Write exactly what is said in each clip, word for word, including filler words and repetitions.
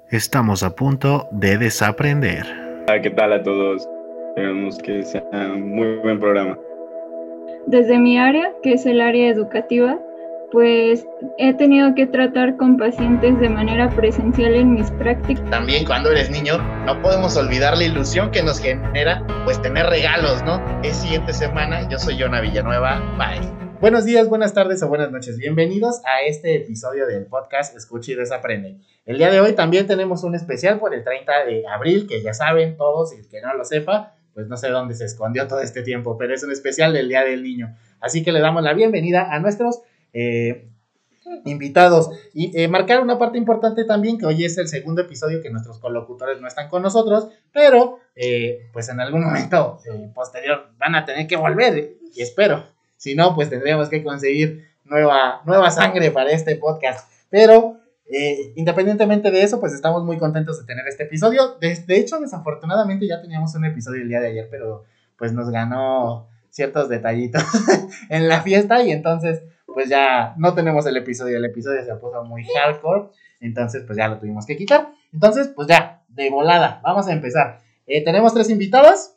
Estamos a punto de desaprender. ¿Qué tal a todos? Esperamos que sea un muy buen programa. Desde mi área, que es el área educativa, pues he tenido que tratar con pacientes de manera presencial en mis prácticas. También cuando eres niño, no podemos olvidar la ilusión que nos genera, pues tener regalos, ¿no? Es siguiente semana, yo soy Jonah Villanueva, bye. Buenos días, buenas tardes o buenas noches. Bienvenidos a este episodio del podcast Escucha y Desaprende. El día de hoy también tenemos un especial por el treinta de abril, que ya saben todos, y el que no lo sepa, pues no sé dónde se escondió todo este tiempo, pero es un especial del Día del Niño. Así que le damos la bienvenida a nuestros eh, invitados. Y eh, marcar una parte importante también, que hoy es el segundo episodio que nuestros colocutores no están con nosotros, pero eh, pues en algún momento eh, posterior van a tener que volver, y espero. Si no, pues tendríamos que conseguir nueva, nueva sangre para este podcast. Pero, eh, independientemente de eso, pues estamos muy contentos de tener este episodio. De, de hecho, desafortunadamente ya teníamos un episodio el día de ayer, pero pues nos ganó ciertos detallitos en la fiesta y entonces pues ya no tenemos el episodio. El episodio se puso muy hardcore, entonces pues ya lo tuvimos que quitar. Entonces, pues ya, de volada, vamos a empezar. Eh, tenemos tres invitados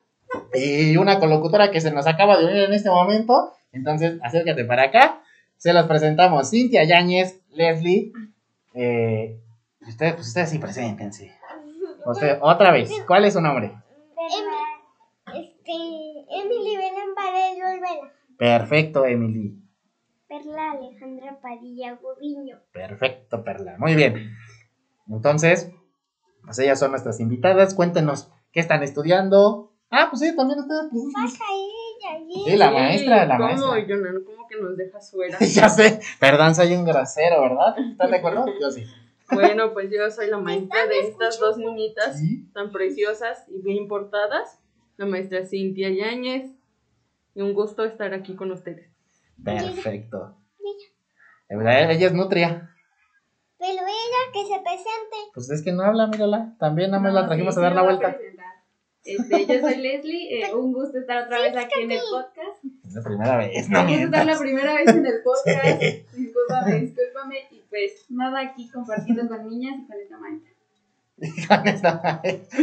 y una colocutora que se nos acaba de unir en este momento. Entonces, acércate para acá. Se los presentamos: Cintia Yáñez, Leslie. Eh, ustedes, pues ustedes sí, preséntense. Usted, otra vez, ¿cuál es su nombre? Em, este, Emily Belén Paredes Olvera. Perfecto, Emily. Perla Alejandra Padilla Gudiño. Perfecto, Perla. Muy bien. Entonces, pues ellas son nuestras invitadas. Cuéntenos qué están estudiando. Ah, pues sí, también ustedes. Pues, Pasa ella, ella. sí, la maestra, la ¿Cómo, maestra. Jonah? ¿Cómo que nos dejas fuera? Ya sé, perdón, soy un grosero, ¿verdad? ¿Estás de acuerdo? Yo sí. Bueno, pues yo soy la maestra de estas dos niñitas ¿Sí? tan preciosas y bien portadas, la maestra Cintia Yáñez, y un gusto estar aquí con ustedes. Perfecto. Ella es nutria. Pero ella que se presente. Pues es que no habla, mírala. También nada más la trajimos a dar la vuelta. Este, yo soy Leslie, eh, un gusto estar otra vez aquí en el podcast. Es la primera vez, no Un gusto estar la mientas. primera vez en el podcast. Discúlpame, discúlpame. Y pues nada, aquí compartiendo con niñas y con esta maestra. Con esta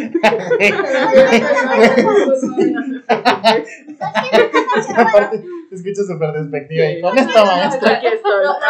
Aparte, te escucho súper despectiva. Y con esta maestra Aquí estoy. No,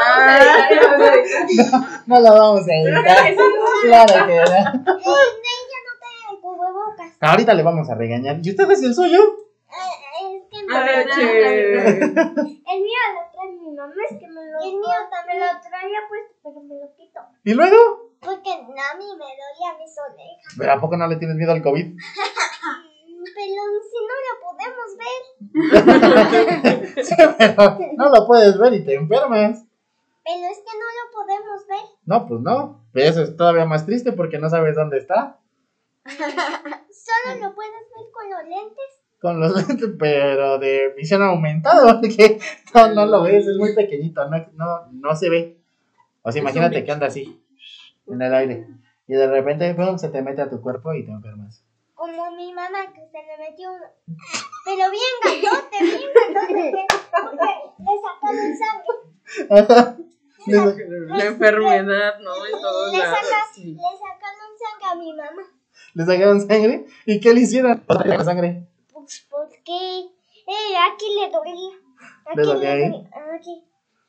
Ah, no la vamos a editar. Claro que no. Eh, ella no te cubrebocas. Ahorita le vamos a regañar. ¿Y usted es el suyo? Eh, es que A no. ver, che. El mío lo trae mi mamá, es que me lo. El mío también lo traía puesto, pero me lo quito. ¿Y luego? Porque a mí me dolía mis orejas. ¿Pero a poco no le tienes miedo al COVID? Pero si no lo podemos ver. Sí, pero no lo puedes ver y te enfermas. Pero es que no lo podemos ver. No, pues no. Pero eso es todavía más triste porque no sabes dónde está. Solo lo puedes ver con los lentes. Con los lentes, pero de visión aumentada, porque no, no lo ves, es muy pequeñito, no, no, no se ve. O sea, imagínate que anda así, en el aire, y de repente, pum, se te mete a tu cuerpo y te enfermas. Como mi mamá que se le metió uno. Pero bien grandote, bien grandote. que Le sacaron sangre. Le sa- La enfermedad, ¿no? En todos Le, lados. saca- Sí. le sacaron sangre a mi mamá. le sacaron sangre, ¿y qué le hicieron? La sangre. Pues porque eh, aquí le dolía. Aquí ¿Le dolía ahí? dolía. Aquí.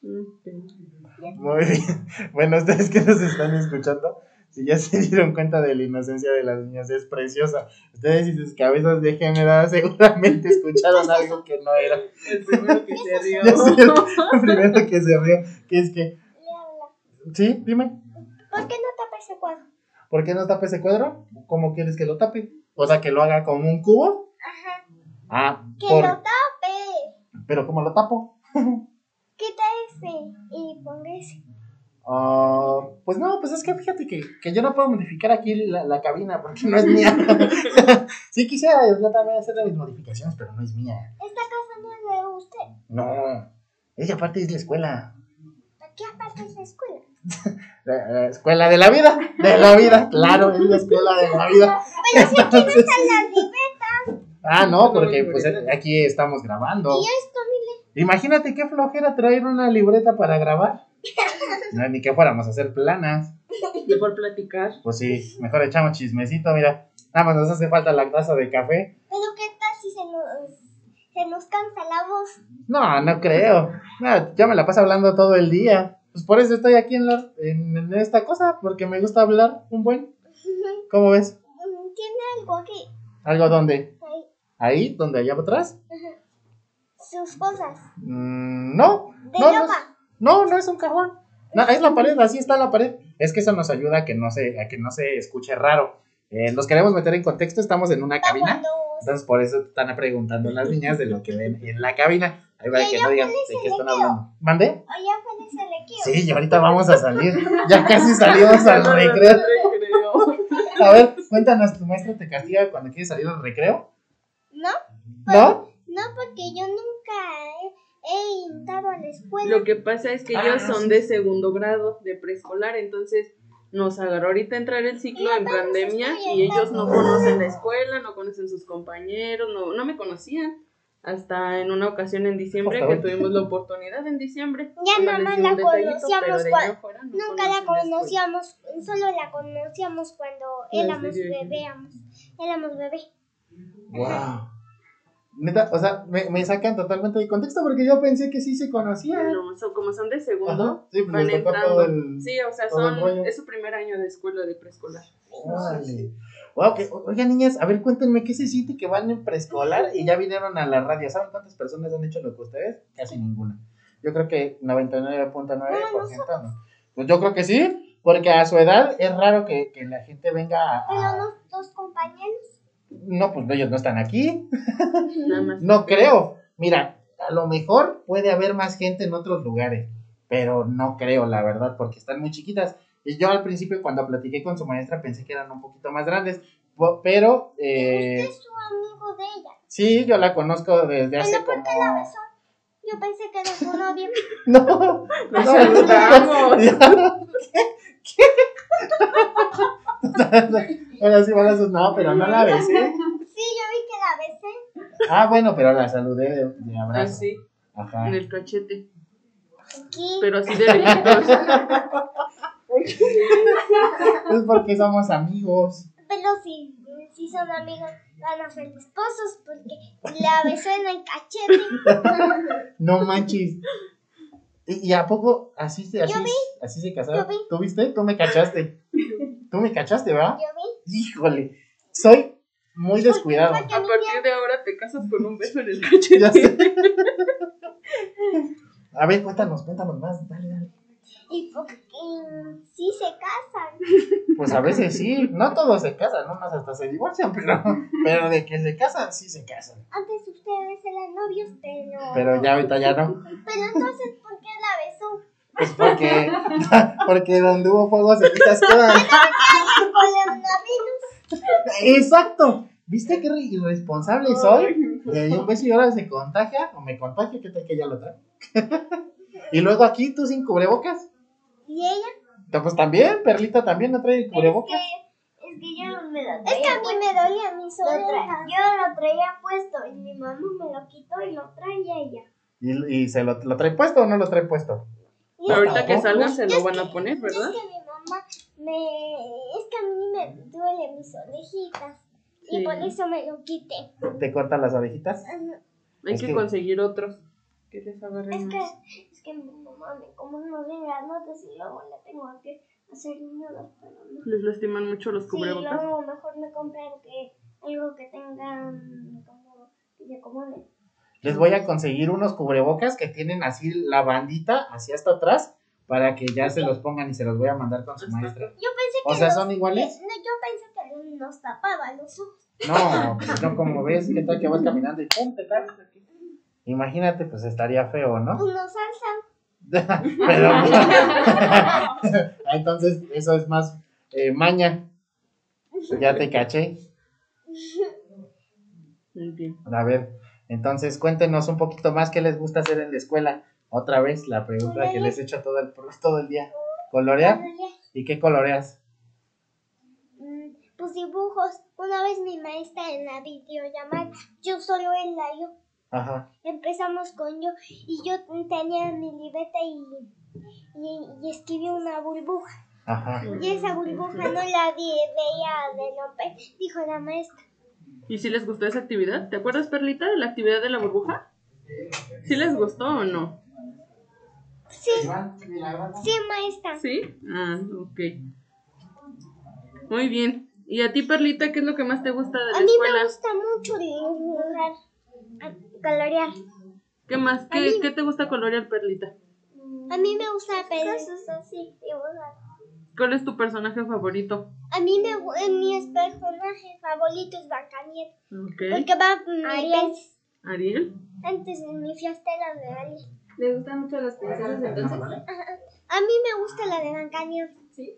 Muy bien. Bueno, ustedes que nos están escuchando, si ya se dieron cuenta de la inocencia de las niñas, es preciosa. Ustedes y sus cabezas degeneradas seguramente escucharon algo que no era. El primero que se rió. Ya sé, el primero que se rió, que es que, Le habla. sí, dime, ¿Por qué no tapa ese cuadro? ¿por qué no tape ese cuadro? ¿Cómo quieres que lo tape? O sea, que lo haga como un cubo. Ajá. Ah, Que por... lo tape. pero ¿cómo lo tapo? Quita ese y ponga ese. Ah, pues no, pues es que fíjate que, que yo no puedo modificar aquí la, la cabina porque no es mía. Sí quisiera yo también hacer mis modificaciones, pero no es mía. Esta casa no es de usted. No, ella aparte es la escuela. Aquí aparte es la escuela. La, la escuela de la vida, de la vida, claro, es la escuela de la vida. Pero si aquí no Entonces- están las libretas. Ah, no, porque pues aquí estamos grabando. Y esto, mire. Imagínate qué flojera traer una libreta para grabar. No, ni que fuéramos a hacer planas. Mejor platicar. Pues sí, mejor echamos chismecito, mira. Nada más nos hace falta la taza de café. Pero ¿qué tal si se nos, se nos cansa la voz? No, no creo. No, yo me la paso hablando todo el día. Pues por eso estoy aquí en, la, en, en esta cosa, porque me gusta hablar un buen. ¿Cómo ves? Tiene algo aquí. ¿Algo dónde? Ahí. ¿Ahí? ¿Donde allá atrás? Sus cosas. Mm, no. De no, no, ropa. es- no, no es un cajón. No, es la pared, así está la pared. Es que eso nos ayuda a que no se, a que no se escuche raro. Eh, los queremos meter en contexto, estamos en una cabina. Cuando Entonces por eso están preguntando las niñas de lo que ven en la cabina. Ahí para Y que allá no digan de afuera qué se están le quedó. hablando. ¿Mande? allá fue el selequío. Sí, y ahorita vamos a salir. Ya casi salimos al recreo. Recreo. A ver, cuéntanos, ¿tu maestra te castiga cuando quieres salir al recreo? ¿No? ¿No? No, porque yo nunca he, he entrado a la escuela. Lo que pasa es que Ah, ellos sí, son de segundo grado, de preescolar, entonces nos agarró ahorita entrar el ciclo en pandemia y ellos no conocen la escuela, no conocen sus compañeros, no, no me conocían. Hasta en una ocasión en diciembre Hasta que hoy. tuvimos la oportunidad en diciembre. Ya cuando nada les más di la un detallito, conocíamos pero de ahí cuando- afuera no Nunca la conocen escuela. conocíamos, solo la conocíamos cuando Desde éramos que- bebéamos. Éramos bebé. Wow. Neta, o sea, me, me sacan totalmente de contexto porque yo pensé que sí se conocían. No, son, como son de segundo, Ajá, sí, pues van les tocó entrando. todo el- Sí, o sea, todo el son rollo. es su primer año de escuela de preescolar. Órale. Wow, que, oigan, niñas, a ver, cuéntenme qué se siente que van en preescolar y ya vinieron a la radio. ¿Saben cuántas personas han hecho lo que ustedes? Casi ninguna. Yo creo que noventa y nueve punto nueve por ciento no. Pues yo creo que sí, porque a su edad es raro que, que la gente venga a... Pero a- nuestros compañeros. No, pues ellos no están aquí. Nada más. No creo. Mira, a lo mejor puede haber más gente en otros lugares, pero no creo, la verdad, porque están muy chiquitas. Y yo al principio, cuando platiqué con su maestra, pensé que eran un poquito más grandes, po- pero eh, Usted es su amigo de ella. sí, yo la conozco desde hace ¿Pero por como... qué la besó? Yo pensé que era su novia. No, Nos no, saludamos. ¿Qué? ¿Qué? Ahora sí van a sus... No, pero no la besé. Sí, yo vi que la besé. Ah, bueno, pero la saludé de, de abrazo. Así, Ajá. en el cachete. Aquí. Pero así de lejitos. Es porque somos amigos. Pero si, si son amigos, van a ser esposos porque la besó en el cachete. No manches. ¿Y, y a poco así se, así, Yo vi. así se casaron? Yo vi. ¿Tú viste? Tú me cachaste. Tú me cachaste, ¿verdad? Yo vi. Híjole. Soy muy descuidado. Porque A mi partir de ahora te casas con un beso en el cachete. Ya sé. A ver, cuéntanos, cuéntanos más. Dale, dale. Y porque sí se casan. Pues a veces sí. No todos se casan, ¿no? Unos hasta se divorcian, pero, pero de que se casan, sí se casan. Antes ustedes eran novios, pero. Pero ya ahorita ya no. Pero entonces, ¿por qué la besó? Pues porque, porque donde hubo fuego cenizas quedan. Coronavirus. Exacto. ¿Viste qué irresponsable soy? Le di un beso y ahora se contagia o me contagia, ¿qué tal que ya lo trae? Y luego aquí tú sin cubrebocas. Y ella. Pues también, Perlita también no trae cubrebocas. Es que yo me lo Es que a mí me dolía mis orejas. Yo lo traía puesto y mi mamá me lo quitó y lo traía ella. ¿Y, y se lo, lo trae puesto o no lo trae puesto? Y Pero ahorita que ¿Tampoco? salgan se Y lo es van que- a poner, Es ¿verdad? que mi mamá me. Es que a mí me duele mis orejitas. Y Sí. por eso me lo quité. ¿Te cortan las orejitas? Hay Es que que- conseguir otros que les agarren Es que, más. es que mi mamá me como unos granotes y luego le tengo que hacer nudos, pero no. Les lastiman mucho los Sí, cubrebocas. luego mejor me compran que algo que tengan como que se acomode. Les voy a conseguir unos cubrebocas que tienen así la bandita hacia hasta atrás para que ya se los pongan y se los voy a mandar con su maestra. Yo pensé que O sea, los- ¿son iguales? que- no, yo pensé que nos tapaba los ojos. No, pues no, como ves, ¿qué tal que vas caminando y pum, te caes aquí? Imagínate, pues estaría feo, ¿no? Pues nos alzan. Pero entonces eso es más eh, maña. Ya te caché. Muy bien. A ver, entonces cuéntenos un poquito más qué les gusta hacer en la escuela. Otra vez la pregunta que les he hecho todo el, todo el día. ¿Colorear? ¿Y qué coloreas? Mm, Pues dibujos. Una vez mi maestra en la videollamada, yo solo era yo. Ajá. Empezamos con yo y yo tenía mi libreta y y, y escribió una burbuja. Ajá. Y esa burbuja no la vi, veía de romper, dijo la maestra. ¿Y si les gustó esa actividad? ¿Te acuerdas, Perlita, de la actividad de la burbuja? ¿Sí les gustó o no? Sí, sí, maestra. ¿Sí? Ah, ok. Muy bien. ¿Y a ti, Perlita, qué es lo que más te gusta de la A mí escuela? me gusta mucho dibujar, a- colorear. ¿Qué más? A ¿Qué, mí- ¿Qué te gusta colorear, Perlita? A mí me gusta cosas así, dibujar. ¿Cuál es tu personaje favorito? A mí me gu- eh, mi personaje favorito es Blancanieves. Ok. Porque va mm, Ariel. ¿Ariel? antes en mi fiesta era de Ariel. ¿Le gustan mucho las princesas entonces? A mí me gusta la de Blancanieves. Sí.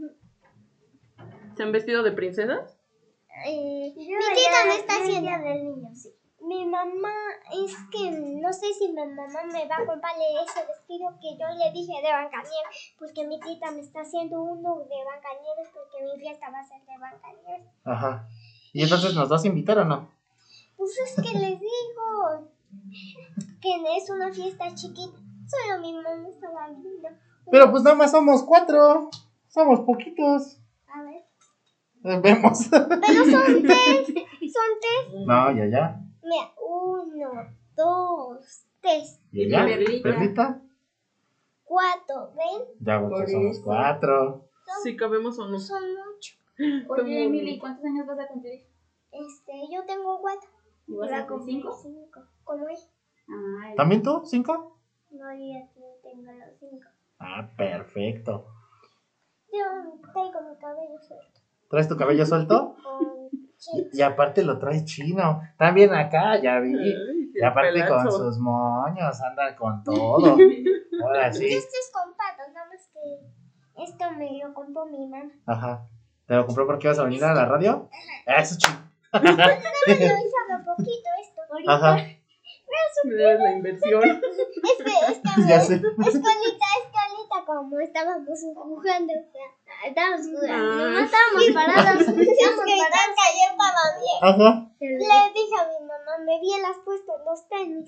¿Se han vestido de princesas? Eh, mi tita me está haciendo del niño, sí. Mi mamá, es que no sé si mi mamá me va a comprarle ese vestido que yo le dije de Blancanieves, porque mi tita me está haciendo uno de Blancanieves porque mi fiesta va a ser de Blancanieves. Ajá. ¿Y entonces nos vas a invitar o no? Pues es que les digo que es una fiesta chiquita, solo mi mamá estaba viendo. Pero pues nada más somos cuatro. Somos poquitos. A ver. Eh, Vemos. Pero son tres, son tres. No, ya, ya. Mira, uno, dos, tres, ¿Y ya? Perlita. ¿Perlita? cuatro, ¿ven? Ya, porque Por somos eso. cuatro. ¿Sí cabemos o no? Son muchos. Oye, Emily, ¿cuántos años vas a cumplir? Este, yo tengo cuatro. ¿Y vas Va a cumplir cinco? cinco. ¿Cómo es? Ay, ¿También tú? ¿Cinco? No, yo ya tengo los cinco. Ah, perfecto. Yo tengo mi cabello suelto. ¿Traes tu cabello suelto? Con chinos. Y, y aparte lo traes chino. También acá, ya vi. Ay, qué Y aparte con pelazo. sus moños, anda con todo. Ahora sí. Esto es con patos, nada más que esto me lo compró mi mamá. Ajá. ¿Te lo compró porque ibas a venir a la radio? Eso chido. Nada más lo hice hace poquito esto. Ahorita. Ajá. Mira la inversión. Es que, es que Ya sé. escolita, escolita, como estábamos jugando, o sea, estábamos jugando, Ah. no estábamos parados, estábamos parados, yo estaba bien. Ajá. Le dije a mi mamá, me hubieras puesto los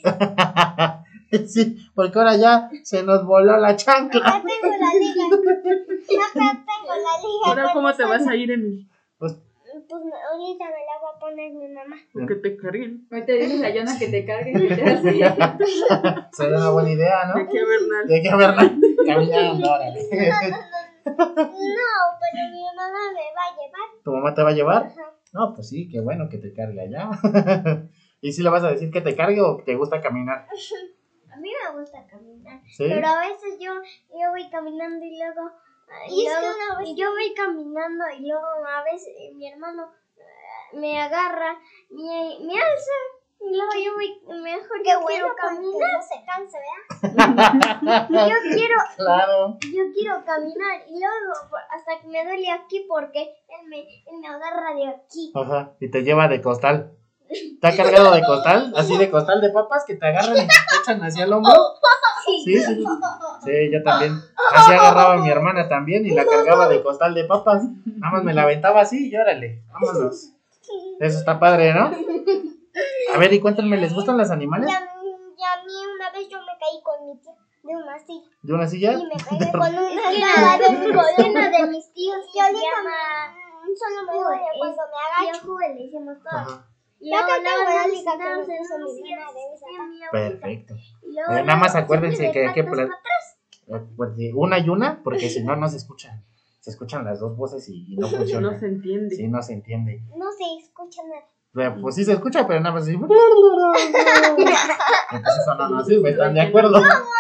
tenis. Sí, porque ahora ya se nos voló la chancla. Acá tengo la liga, acá tengo la liga. Ahora, ¿cómo te vas a ir, Emily? Pues, Pues ahorita me la va a poner mi mamá. O que te carguen. ahorita dices a Jonah que te cargue y te das sería una buena idea, ¿no? De aquí a Bernal. De que verla caminando, órale. No, pero mi mamá me va a llevar. ¿Tu mamá te va a llevar? Ajá. No, pues sí, qué bueno que te cargue allá. ¿Y si le vas a decir que te cargue o te gusta caminar? A mí me gusta caminar. ¿Sí? Pero a veces yo, yo voy caminando y luego, y, Y es que luego- una vez y yo voy caminando y luego a veces eh, mi hermano eh, me agarra, me, me alza y luego yo voy, mejor Qué yo bueno, quiero porque caminar. no se canse, ¿verdad? Yo quiero, Claro. yo quiero caminar y luego por- hasta que me duele aquí porque él me, él me agarra de aquí. Ajá. Y te lleva de costal. ¿Te ha cargado de costal? Así de costal de papas que te agarran y te echan hacia el hombro. Sí, sí. Sí, yo también. Así agarraba a mi hermana también y la cargaba de costal de papas. Nada más me la aventaba así y órale, vámonos. Eso está padre, ¿no? A ver, y cuéntenme, ¿les gustan los animales? Y a, mí, y a mí una vez yo me caí con mi tía de una silla. ¿De una silla? Y me pegué con una escala de mi colena de mis tíos que se llama solo me duele cuando me agacho. Yo le hicimos todo. Ajá. Y luego nada más estábamos en una silla de Perfecto. Y luego Eh, nada más luego acuérdense siempre que de hay que patas pla- para atrás. Eh, porque una y una, porque si no, no se escuchan. Se escuchan las dos voces y, y no funciona. No se entiende. Sí, no se entiende. No se escucha nada. Pero, pues sí se escucha, pero nada más así. Entonces eso no nos sirve, ¿están de acuerdo?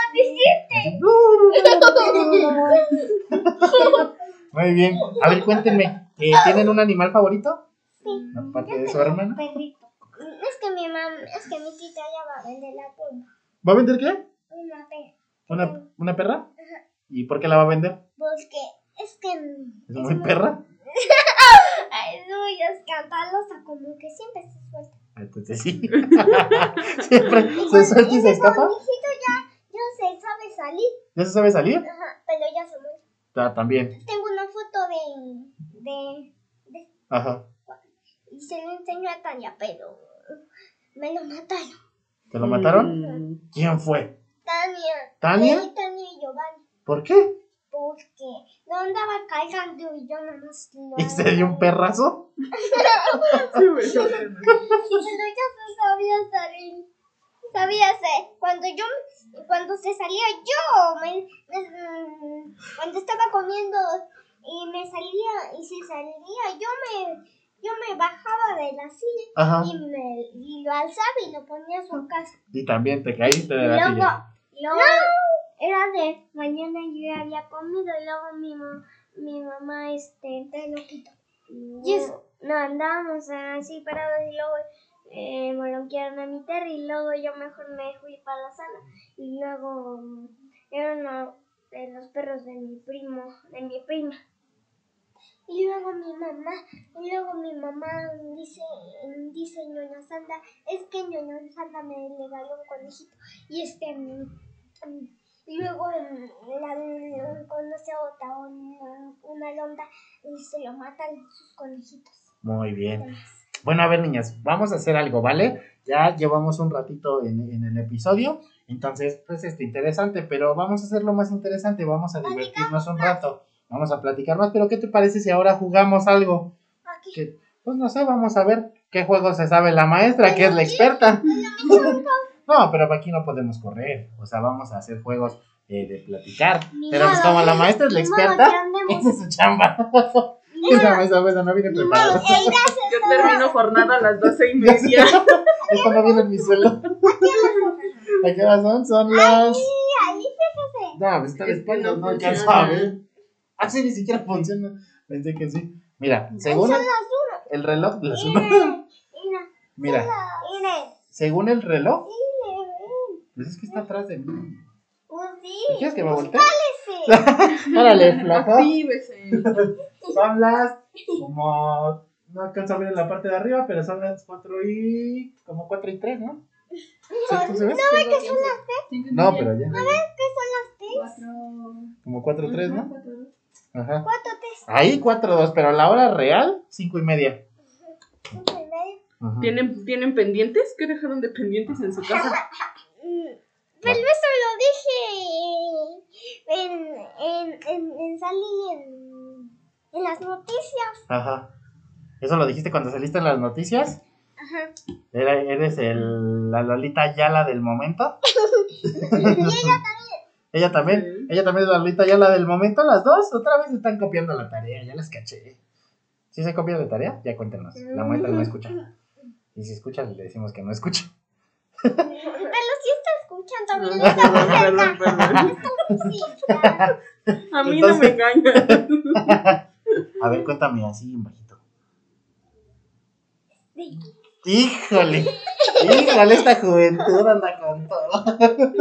Muy bien. A ver, cuéntenme, eh, ¿tienen un animal favorito? Sí. Aparte de su hermano. Perrito. Es que mi mamá, es que mi tita ya va a vender la tumba. ¿Va a vender qué? Una perra. ¿Una, una perra? ¿Y por qué la va a vender? Porque es que ¿Es muy perra? es muy escandalosa, como que siempre se suelta. Entonces sí. Siempre se suelta y se escapa. Mi hijito ya, ya se sabe salir. ¿Ya se sabe salir? Ajá, pero ya se muere. Ah, también. Tengo una foto de, de, de Ajá. y se lo enseño a Tania, pero me lo mataron. ¿Te lo mataron? Mm, ¿Quién fue? Tania. ¿Tania? Sí, Tania y Giovanni. ¿Por qué? Porque no andaba cargando y yo nada más lo... ¿Y se dio un perrazo? Sí, güey, yo creo. Pero yo no sabía salir. Sabía ser. Cuando yo, cuando se salía yo, me, me- cuando estaba comiendo y me salía, y se salía, yo me, yo me bajaba de la silla Ajá. y, me, y lo alzaba y lo ponía a su casa. Y también te caíste de la Luego, silla. luego era de mañana yo ya había comido y luego mi, ma- mi mamá este te lo quitó. Y eso, no andábamos así parados y luego eh, molonquearon a mi Terry y luego yo mejor me fui para la sala y luego mm, era uno de los perros de mi primo, de mi prima. Y luego mi mamá, y luego mi mamá dice, dice ñoña Sandra, es que ñoña Sandra me regaló un conejito. Y este, mm, mm, y luego mm, la, conoce a otra, una, una londa, y se lo matan sus conejitos. Muy bien. Bueno, a ver, niñas, vamos a hacer algo, ¿vale? Ya llevamos un ratito en, en el episodio, entonces, pues, este, interesante, pero vamos a hacerlo más interesante, vamos a divertirnos un rato, vamos a platicar más, pero ¿qué te parece si ahora jugamos algo? Aquí. Que, pues, no sé, vamos a ver qué juego se sabe la maestra, que es la experta. No, pero aquí no podemos correr, o sea, vamos a hacer juegos eh, de platicar, Ni pero pues, modo, como la maestra es la ni modo, experta, que andemos. esa es su chamba. Esa mesa, mesa no viene preparada. Yo termino jornada a las doce y media. Esto no viene en mi suelo. ¿A qué horas son? Son las... Ahí, fíjese. No, pues está Es que después, no no alcanzo funciona. a ver. Ah, sí, ni siquiera funciona. Pensé que sí. Mira, según Son el, las uno. el reloj, las Mire, uno. mira, Mira, mire, según el reloj, mire. pues es que está atrás de mí. Pues sí. ¿Quieres que me voltee? Sí. Órale, flaco. Vívese. Son las como... No alcanzo a ver en la parte de arriba, pero son las cuatro y... como cuatro y tres, ¿no? ¿Sí, tú se ves? ¿No ve que son las Cinco y No, media. pero ya. ¿Qué son las tres? Cuatro. Como cuatro tres, Ajá, ¿no? cuatro. Ajá. Cuatro, tres, Ahí cuatro dos, pero la hora real, cinco y media. cinco y media. Ajá. ¿Tienen, ¿Tienen pendientes? ¿Qué dejaron de pendientes en su casa? Mm, Pero eso lo dije en, en, en, en salir en, en las noticias. Ajá. ¿Eso lo dijiste cuando saliste en las noticias? Ajá. ¿Era- ¿Eres el, la Lolita Ayala del momento? Ella también. Sí. Ella también es la Lolita Ayala del momento. Las dos otra vez están copiando la tarea. Ya las caché. ¿Sí se copia de tarea? Ya cuéntenos. La maestra no escucha. Y si escucha, le decimos que no escucha. Pero sí está escuchando, mi Perdón, Lolita perdón, perdón. Sí, está. A mí no me engañan. A ver, cuéntame así un bajito. Sí. Híjole. Híjole, esta juventud anda con todo.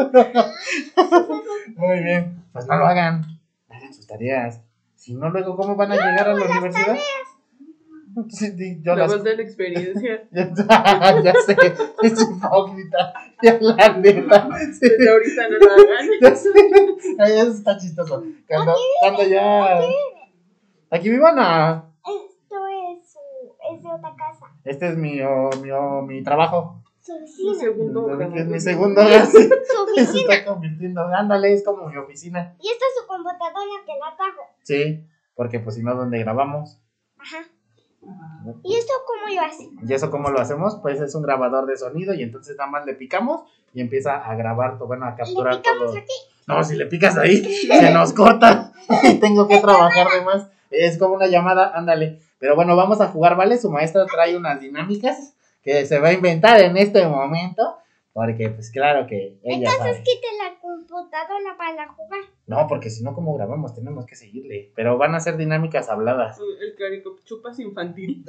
Muy bien. Pues no lo hagan. Hagan sus tareas. Si no, luego, ¿cómo van a llegar a la universidad? Sí, sí, yo La las... voz de la experiencia. Ya, ya sé, es hipócrita. Ya la neta. Sí, Desde ahorita no la hagan. ya sé. Ay, eso está chistoso. Cuando, cuando ya. Aquí vivan a. Esto es, su- es de otra casa. Este es mi, oh, mi, oh, mi trabajo. Su Mi oficina. segundo Es hogar. mi segundo hogar, sí. Su Se oficina. está convirtiendo. Ándale, es como mi oficina. Y esta es su computadora que la trajo. Sí, porque pues si no, ¿dónde grabamos? Ajá. ¿Y esto cómo lo hace? ¿Y eso cómo lo hacemos? Pues es un grabador de sonido y entonces nada más le picamos y empieza a grabar, todo, bueno, a Le capturar picamos todo. aquí. No, si le picas ahí, se nos corta y tengo que trabajar de más. Es como una llamada, ándale. Pero bueno, vamos a jugar, ¿vale? Su maestra trae unas dinámicas que se va a inventar en este momento. Porque, pues claro que ella Entonces sabe. quite la computadora para jugar. No, porque si no, ¿cómo grabamos? Tenemos que seguirle. Pero van a ser dinámicas habladas. El caricochupas infantil.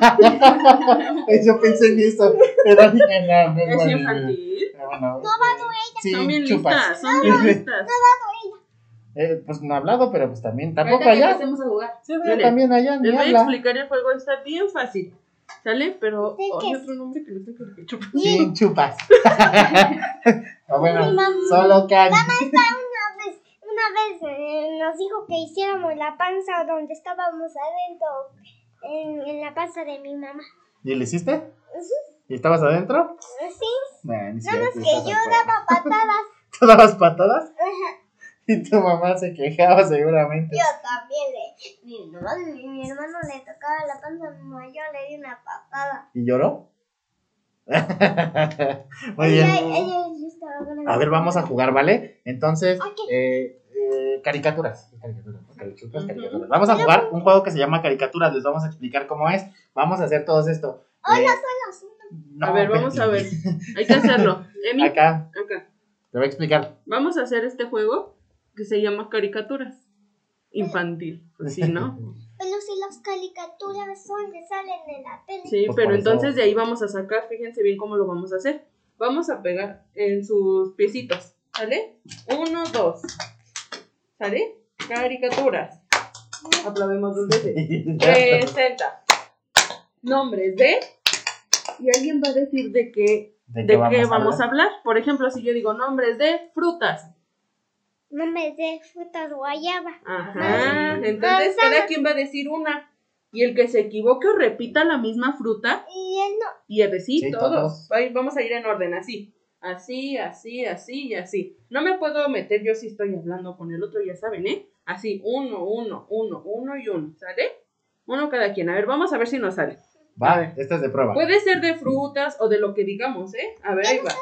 Yo pensé en eso, pero dije, no, no ¿Es vale. infantil? Bueno, ella. Son bien sí, chupas. listas, son bien listas. Eh, pues no ha hablado, pero pues también, tampoco Ahorita que allá. empecemos a jugar. Sí, Mire, también allá, ni Les voy a habla. explicar el juego, está bien fácil. ¿Sale? Pero ¿De qué hay es? otro nombre que no sé qué chupa. Sí, chupas. O bueno, Mi mamá- solo can. Una vez, una vez eh, nos dijo que hiciéramos la panza donde estábamos adentro, en, en la panza de mi mamá. ¿Y lo hiciste? Ujú. ¿Y estabas adentro? Sí, Nah, ni nada más cierto, que estás yo afuera. daba patadas. ¿Tú dabas patadas? Ajá. Y tu mamá se quejaba seguramente. Yo también le. Mi hermano, mi hermano le tocaba la panza a mi mamá, yo le di una patada. ¿Y lloró? Muy Ella, bien. ella sí estaba con el- A ver, vamos a jugar, ¿vale? Entonces, Ok. eh, eh, caricaturas. Caricaturas, carichucas, caricaturas. Vamos a jugar un juego que se llama caricaturas. Les vamos a explicar cómo es. Vamos a hacer todos esto. Hola, Eh, soy azul. no, A ver, vamos Betty. a ver. Hay que hacerlo. Emi, Acá, acá. te voy a explicar. Vamos a hacer este juego que se llama caricaturas. Infantil. Sí, ¿no? Pero si las caricaturas son que salen en la tele. Sí, Pues pero por eso. entonces de ahí vamos a sacar, fíjense bien cómo lo vamos a hacer. Vamos a pegar en sus piecitos, ¿sale? Uno, dos. ¿Sale? Caricaturas. Aplaudimos dos veces. Presenta. Nombres de... Y alguien va a decir de qué, ¿De de qué vamos a hablar. Por ejemplo, si yo digo nombres de frutas. Nombres de frutas guayaba. Ajá. Entonces cada quien va a decir una. Y el que se equivoque o repita la misma fruta. Y él no. Y el de sí, Sí, todos. todos. Va a ir- Vamos a ir en orden, así. Así, así, así y así. No me puedo meter yo si estoy hablando con el otro, ya saben, ¿eh? Así, uno, uno, uno, uno y uno, ¿sale? Uno cada quien. A ver, vamos a ver si nos sale. Va, esta es de prueba. Puede ser de frutas o de lo que digamos, ¿eh? A ver, ahí va.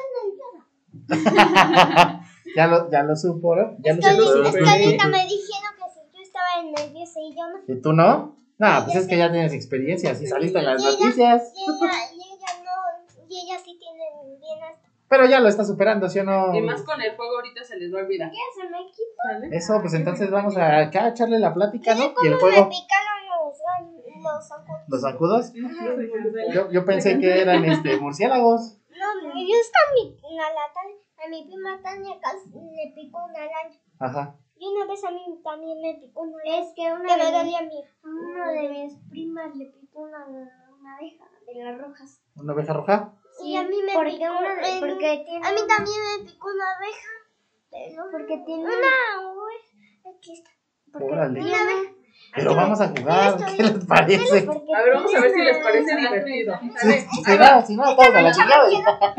ya, lo, ya lo supo, ¿no? Ya lo Es que lo supo. ahorita- es supe. que ahorita me dijeron que si yo estaba nerviosa y yo no. ¿Y tú no? No, pues es que ya tienes experiencia. Si saliste en las Y ella- noticias. Y ella, y ella no. Y ella sí tiene bien hasta. Pero ya lo está superando, ¿sí o no? Y más con el juego ahorita se les va a olvidar. Ya se me quitó. ¿Sale? Eso, pues entonces vamos a acá a echarle la plática, ¿no? Y el Me juego, picaron los, los zancos. los sacudos. Yo, yo pensé que eran este murciélagos. No, yo es que a mi, a la Tania- a mi prima Tania casi le picó una araña. Ajá. Y una vez a mí también me picó una araña. Es que una de, mis, a, mí, a una de mis primas le picó una, una abeja de las rojas. ¿Una oveja roja? Sí, a mí me porque picó una- una, porque tiene a mí un- también me picó una abeja. Pero Porque tiene una oveja. Aquí está. Órale. Una abeja. Pero vamos a jugar, ¿qué les parece? Porque A ver, vamos a ver si les tiene parece una- divertido. Si, ¿Sale? si no, si no, todos a la chingada. Y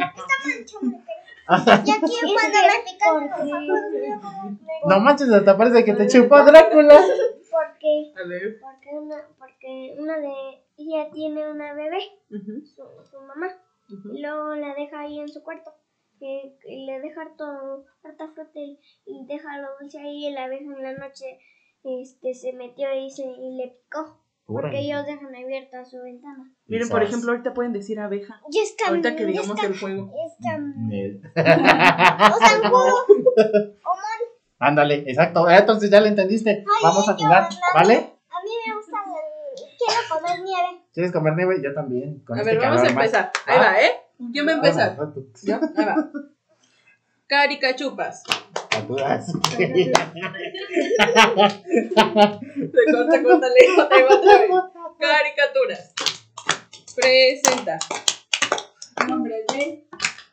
aquí cuando me picaron los zancos, No manches, hasta parece que te chupó Drácula. porque A ver. porque una porque una de ella tiene una bebé, Ujú, su, su mamá, ujú. y luego la deja ahí en su cuarto, que, que le deja harto, harta fruta y, y deja lo dulce ahí, y la abeja en la noche este se metió y se y le picó, porque Órale. ellos dejan abierta su ventana. Miren, por Quizás. ejemplo, ahorita pueden decir abeja. Y esta Ahorita que digamos el juego. esta Nel. o zancudo. Ándale, exacto. Ah, entonces ya le entendiste. Vamos a jugar, ¿vale? A mí me gusta el- quiero comer nieve. ¿Quieres comer nieve? Yo también. Con A este ver, vamos a calor más. empezar. Ahí Ah. va, ¿eh? ¿Quién va a empezar? Ah, tú. Yo, ahí va. Caricachupas. Sacudas. Se corta, córtale. Ahí va otra vez. Caricaturas. Presenta. nombres de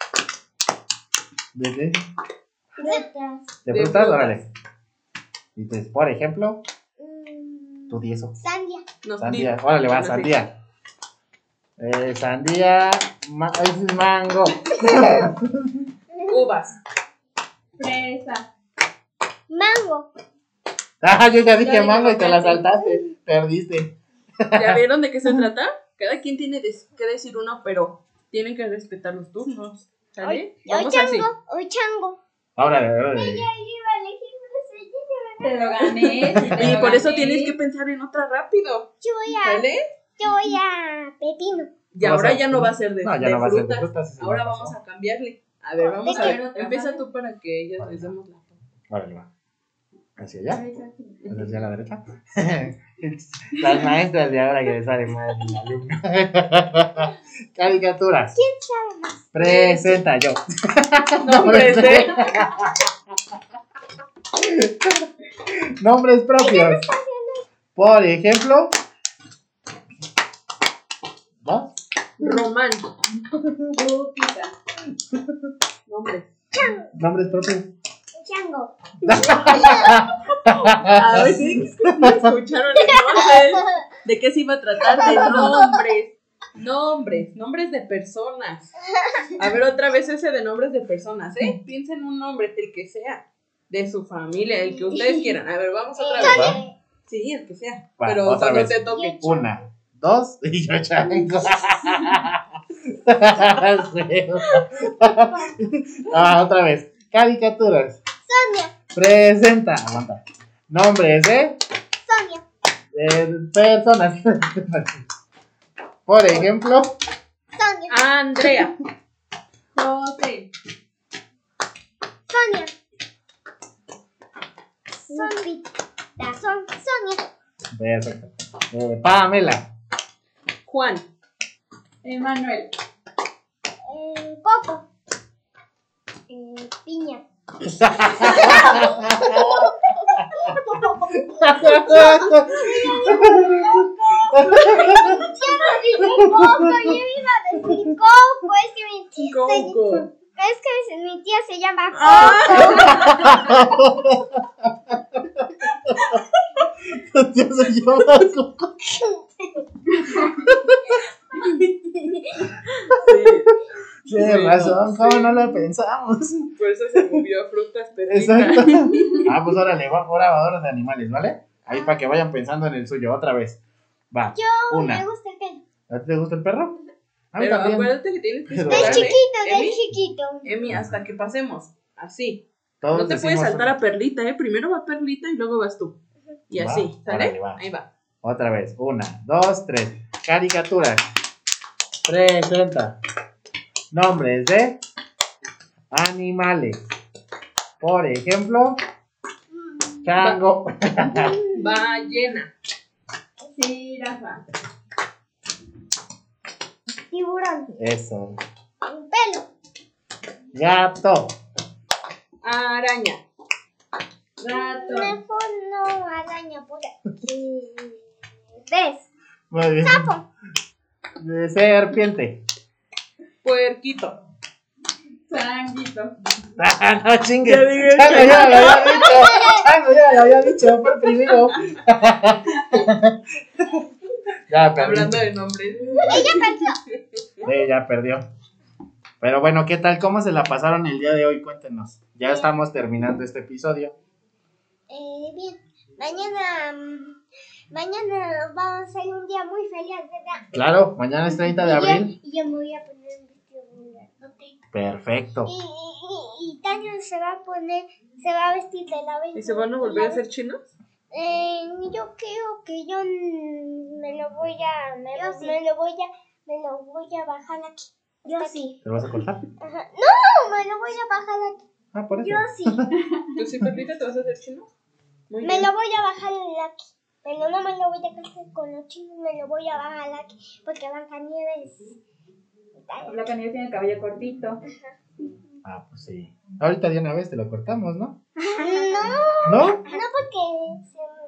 ¿De qué? Frutas. ¿De De frutas? frutas. Órale. Dices, por ejemplo, Mm, tú di eso. Sandia. No, Sandía. di- Órale, va, bueno, sí. sandía. Eh, sandía. Ma es mango. Uvas. fresa, Mango. Ah, yo ya dije Ya digo, mango y te la sí. saltaste. Perdiste. ¿Ya vieron de qué se trata? Cada quien tiene des- que decir uno, pero tienen que respetar los turnos. ¿Sale? Hoy Vamos así. chango. Hoy chango. Órale, órale. Yo iba a elegir una te lo gané. te Y lo por eso gané. tienes que pensar en otra rápido. Yo voy a, ¿Sale? yo voy a pepino. Y ¿Qué va a ahora ser? ya no va a ser de, No, ya de no va a ser de frutas. frutas, ese Ahora ya pasó. vamos a cambiarle. A ver, vamos ¿De a qué? ver. Empieza tú para que ellas Vale. les demos la. Órale, va. ¿Hacia allá? ¿Hacia la derecha? Las maestras de ahora que les sale mal el alumno. Caricaturas. ¿Sabe más? Presenta yo. Nombres de. Nombres propios. Por ejemplo. ¿Va? Román. Lupita, Nombres. Nombres propios. Chango. A ver, sí, no escucharon entonces. ¿De qué se iba a tratar? De nombres. Nombres. Nombres de personas. A ver, otra vez ese de nombres de personas, ¿eh? Piensa en un nombre, el que sea. de su familia, el que ustedes quieran. A ver, vamos otra vez. ¿Va? Sí, el que sea. Va, pero otra cuando vez. te toque. Una, dos, y yo chango. Ah, otra vez. Caricaturas. Sonia. Presenta. Aguanta. Nombres de Sonia. eh, personas. Por ejemplo, Sonia. Andrea. José. Sonia. Sonia. Son Sonia. perfecto. Eh, Pamela. Juan. Emanuel. Eh, Coco. Eh, Piña. Yo no dije Coco, yo iba a decir Coco, es que mi tía Coco. se, es que mi tía se llama Coco. Yo soy yo. Tienes razón, ¿cómo no lo pensamos? Por eso se movió a frutas perdidas. Exacto. Ah, pues órale, va, ahora ahora de animales, ¿vale? Ahí para que vayan pensando en el suyo, otra vez. Va, Yo una. me gusta el pelo. ¿A ti te gusta el perro? A mí Pero también. acuérdate que tienes que Pero- esperar. Del chiquito, del Emi, chiquito. Emi, hasta que pasemos. Así. Todos No te puedes decimos- saltar a Perlita, ¿eh? Primero va Perlita y luego vas tú. Y Va, así, ¿sale? órale, va. Ahí va. Otra vez, una, dos, tres. Caricaturas. Presenta. Nombres de animales. Por ejemplo, chango. Ballena. Jirafa. Tiburón. Eso. Pelo. Gato. Araña. Gato. Mejor no araña porque ves. Muy bien. Sapo. De serpiente. Puerquito. Changuito. Ah, no chingue. Ya dije, Chango ya lo había dicho. Chango ya lo había dicho. Fue el primero. Ya perdí. Hablando de nombres. Ella perdió. Sí, ya perdió. Pero bueno, ¿qué tal? ¿Cómo se la pasaron el día de hoy? Cuéntenos. Ya estamos terminando este episodio. Eh, bien. Mañana. mm, Mañana vamos a hacer un día muy feliz, ¿verdad? Claro, mañana es treinta de Y yo- abril. Y yo me voy a poner un vestido muy grandote. Perfecto. Y, y, y, y Tania se va a poner, se va a vestir de la ¿Y se van a volver a hacer chinos? Eh, yo creo que yo mm, me lo voy a, me, me lo voy a, me lo voy a bajar aquí. Yo sí. ¿Te lo vas a cortar? Ajá. No, me lo voy a bajar aquí. Ah, por eso. Yo sí. ¿Tú sí, Perlita, te vas a hacer chinos? Muy Me bien. lo voy a bajar aquí. Pero no me lo voy a casar con los chinos, me lo voy a bajar aquí. Porque Blancanieves. Blancanieves tiene el cabello cortito. Ah, pues sí. Ahorita de una vez te lo cortamos, ¿no? No, ¿No? no porque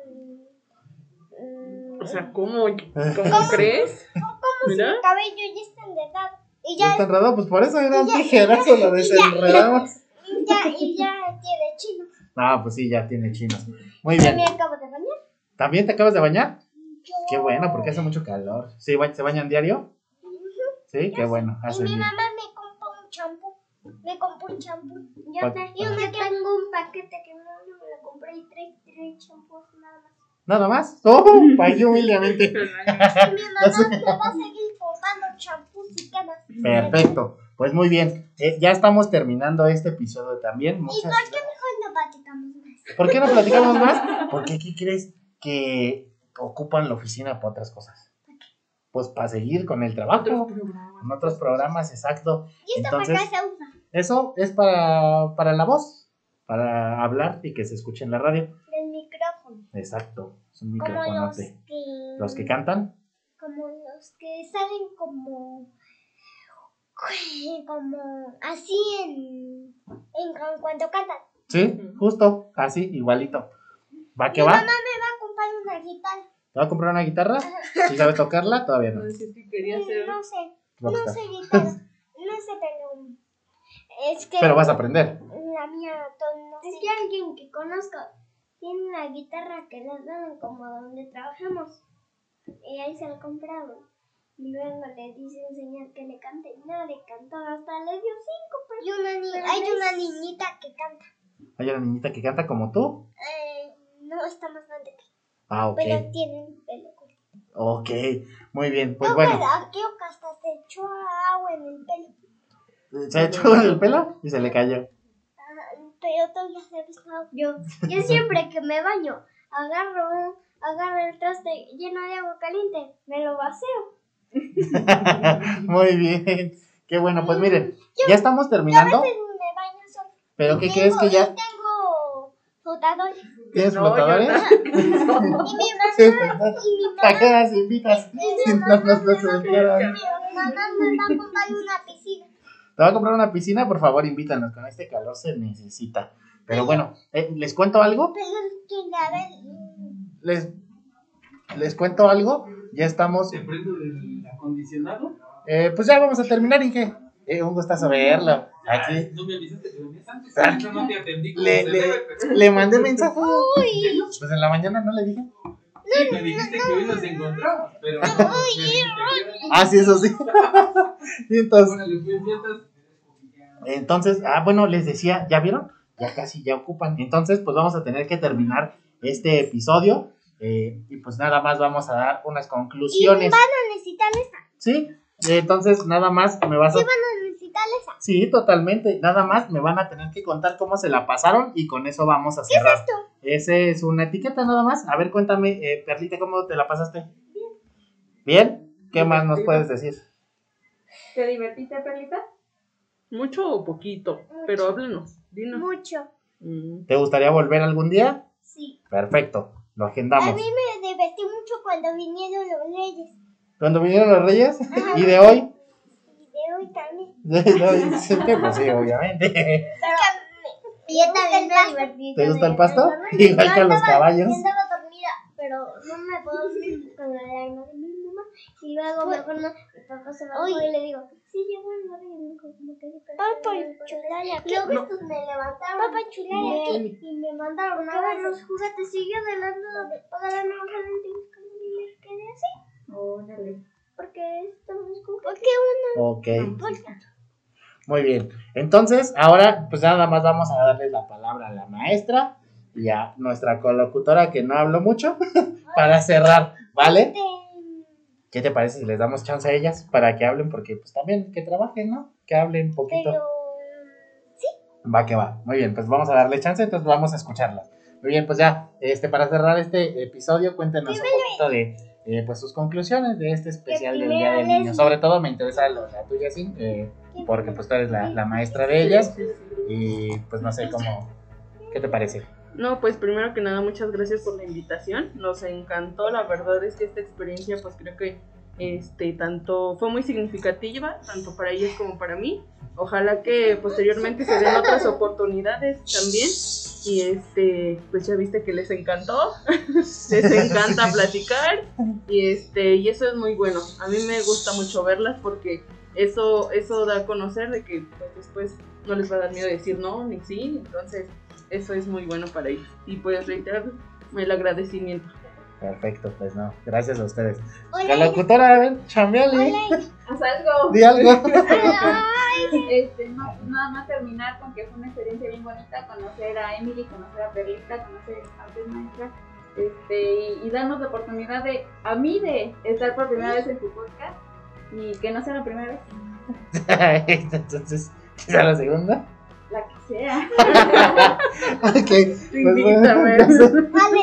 se, mm, O sea, ¿cómo, ¿cómo crees? como Mira. su cabello ya está enredado. Y ¿Ya ya, está enredado? Pues por eso eran tijeras o lo desenredamos. y ya, y ya tiene chino. Ah, pues sí, ya tiene chinos. Muy Ya bien. me acabo de bañar. ¿También te acabas de bañar? Yo- Qué bueno, porque hace mucho calor. ¿Sí, ba- ¿Se bañan diario? Sí, qué bueno. Y Hacen mi bien. mamá me compró un champú. Me compró un champú. Yo, Pa- te- yo me tengo un paquete que no, no me lo compré y tres, tres champús nada más. ¿Nada más? ¡Oh! Pagué humildemente. Y mi mamá me va a seguir comprando champús y qué más. Perfecto. Pues muy bien. Eh, ya estamos terminando este episodio también. ¿Y Muchas por qué mejor no platicamos más? ¿Por qué no platicamos más? Porque ¿qué crees? Que ocupan la oficina para otras cosas. Pues para seguir con el trabajo, con otros programas, exacto. ¿Y esto Entonces, para qué se usa? eso es para, para la voz, para hablar y que se escuche en la radio. Del micrófono. Exacto, es un Como los microfonote. que... Los que cantan, Como los que salen como... Como así en... en cuando cantan. sí, justo, así, igualito. ¿Va que Mi va? mamá me va a comprar una guitarra. ¿Te va a comprar una guitarra? ¿Sí sabe tocarla? Todavía no. No sé si quería hacer. No sé, no Rockstar. sé guitarra. No sé, pero... Es que... Pero vas a aprender. La mía, to- no sé. Es que alguien que conozco tiene una guitarra que les dan como donde trabajamos. Y ahí se la compraron. Y luego le dice un señor que le cante. Y no le cantó, hasta le dio cinco. Pero y una ni- hay una niñita que canta. ¿Hay una niñita que canta como tú? Eh, no, está más grande. Ah, ok. Pero tiene un pelo corto. Ok, muy bien, pues no, bueno. pero creo que hasta se echó agua en el pelo. ¿Se echó en el pelo? Y se le cayó. Ah, pero todavía se ha visto. Yo, yo siempre que me baño, agarro, agarro el traste lleno de agua caliente, me lo vacío. Muy bien. Qué bueno, pues miren, Yo- ya estamos terminando. Yo a veces me baño solo. ¿Pero Y qué tengo- crees que ya y tengo flotadores. tienes No, flotadores? yo Y mi mamá, Sí, flotadores. y mi ¿Para mamá, qué las invitas? y mi Si mamá, no nos me los va- soltaron. mi mamá me va a comprar una piscina. ¿Te va a comprar una piscina? Por favor, invítanos. Con este calor se necesita. Pero bueno, eh, ¿les cuento algo? Pero es que a ver, mm, ¿Les, les cuento algo? Ya estamos... ¿Se prende el acondicionado? Eh, pues ya vamos a terminar, Inge. Eh, un gustazo verlo. Aquí. No me avisaste que venías antes. Ah. Ahorita no te atendí como Le, se le, debe, pero- le mandé mensaje. uy, Pues en la mañana no le dije. Sí, me dijiste que hoy nos encontramos, pero me dijiste que Ah, sí, eso sí. Y entonces, órale, pues, ya estás. entonces, ah, bueno, les decía, ¿ya vieron? Ya casi ya ocupan. Entonces, pues vamos a tener que terminar este episodio. eh, y pues nada más vamos a dar unas y conclusiones. van a necesitar esa. ¿Sí? Entonces, nada más me vas a... Sí, van a necesitar esa. Sí, totalmente. Nada más me van a tener que contar cómo se la pasaron y con eso vamos a cerrar. Esto. Ese es una etiqueta nada más. A ver, cuéntame, eh, Perlita, ¿cómo te la pasaste? Bien. ¿Bien? ¿Qué más nos puedes decir? ¿Te divertiste, Perlita? ¿Mucho o poquito? Pero háblenos, dinos. Mucho. Mm. ¿Te gustaría volver algún día? Sí. Perfecto, lo A agendamos. mí me divertí mucho cuando vinieron los reyes. ¿Cuándo vinieron los Reyes? Ajá. ¿Y de hoy? Y de hoy también. De hoy, sí, pues sí, obviamente. Pero yo también me divertí. ¿Te gusta el pasto? Yo Igual que a los andaba- caballos. Yo andaba dormida, pero no me puedo dormir con la alarma de mi mamá. Y luego mejor no, mi papá se bajó y le digo, sí, llegó el rey. Y me dijo, como que sí, pero... Papá chulaya. Luego estos me levantaron. Papá chulaya. Y, y me mandaron a ver los juguetes. Y yo de la nada, para la nueva y me quedé así. Órale. Porque esto no es juguete. Porque una... Ok. Muy bien. Entonces, ahora, pues nada más vamos a darle la palabra a la maestra y a nuestra colocutora que no habló mucho para cerrar, ¿vale? ¿Qué te parece si les damos chance a ellas para que hablen? Porque pues también que trabajen, ¿no? Que hablen poquito. Pero... Va que va. Muy bien, pues vamos a darle chance, entonces vamos a escucharlas. Muy bien, pues ya, este, para cerrar este episodio, cuéntenos un poquito de eh, pues sus conclusiones de este especial del Día del Niño. Sobre todo me interesa la, la tuya, sí, eh, porque pues tú eres la, la maestra de ellas y pues no sé cómo, ¿qué te parece? No, pues primero que nada, muchas gracias por la invitación. Nos encantó, la verdad es que esta experiencia, pues creo que este tanto fue muy significativa, tanto para ellas como para mí. Ojalá que posteriormente se den otras oportunidades también. Y este, pues ya viste que les encantó, les encanta platicar. Y este, y eso es muy bueno. A mí me gusta mucho verlas porque eso, eso da a conocer de que pues después no les va a dar miedo decir no ni sí. Entonces, eso es muy bueno para ellos. Y pues reiterar el agradecimiento. Perfecto, pues no, gracias a ustedes. Hola, La locutora, a ver, chambeale, Haz algo. di algo. Este, no, nada más terminar con que fue una experiencia bien bonita conocer a Emily, conocer a Perlita, conocer a ustedes, maestra, este, y, y darnos la oportunidad de, a mí, de estar por primera vez en tu podcast y que no sea la primera vez, Entonces, ¿quizá la segunda? la que sea. Ok, pues Invítame. bueno, ya sé. Vale,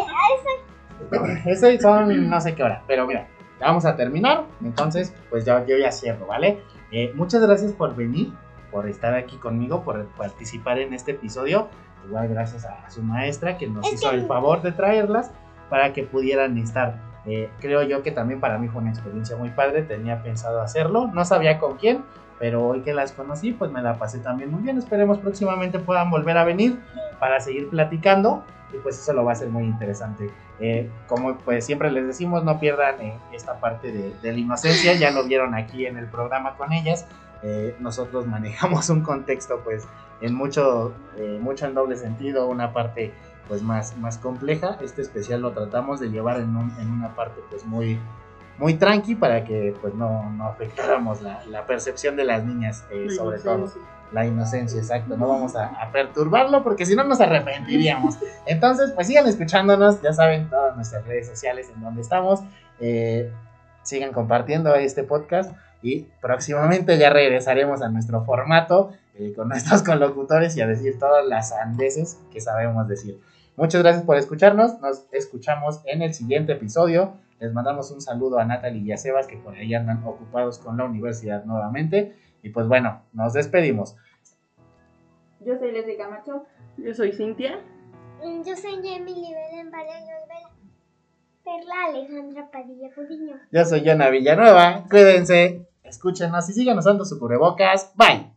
Ese son no sé qué hora, pero mira, ya vamos a terminar, entonces pues ya, yo ya cierro, ¿vale? Eh, muchas gracias por venir, por estar aquí conmigo, por participar en este episodio. Igual gracias a su maestra que nos Es hizo que- el favor de traerlas para que pudieran estar. Eh, creo yo que también para mí fue una experiencia muy padre, tenía pensado hacerlo, no sabía con quién, pero hoy que las conocí pues me la pasé también muy bien. Esperemos próximamente puedan volver a venir para seguir platicando y pues eso lo va a hacer muy interesante. Eh, como pues siempre les decimos, no pierdan eh, esta parte de, de la inocencia, ya lo vieron aquí en el programa con ellas. Eh, nosotros manejamos un contexto pues en mucho, eh, mucho en doble sentido, una parte pues más, más compleja. Este especial lo tratamos de llevar en, un, en una parte pues muy, muy tranqui para que pues no, no afectáramos la, la percepción de las niñas, eh, sobre todo la inocencia, exacto. No vamos a, a perturbarlo porque si no nos arrepentiríamos. Entonces, pues sigan escuchándonos, ya saben todas nuestras redes sociales en donde estamos. Eh, sigan compartiendo este podcast y próximamente ya regresaremos a nuestro formato eh, con nuestros colocutores y a decir todas las sandeces que sabemos decir. Muchas gracias por escucharnos, nos escuchamos en el siguiente episodio. Les mandamos un saludo a Natalie y a Sebas, que por ahí andan ocupados con la universidad nuevamente. Y pues bueno, nos despedimos. Yo soy Leslie Camacho. Yo soy Cintia. Yo soy Emily Belén Valerio Vela. Perla Alejandra Padilla Pudiño. Yo soy Yana Villanueva. Cuídense, escúchenos y sigan usando su cubrebocas. Bye.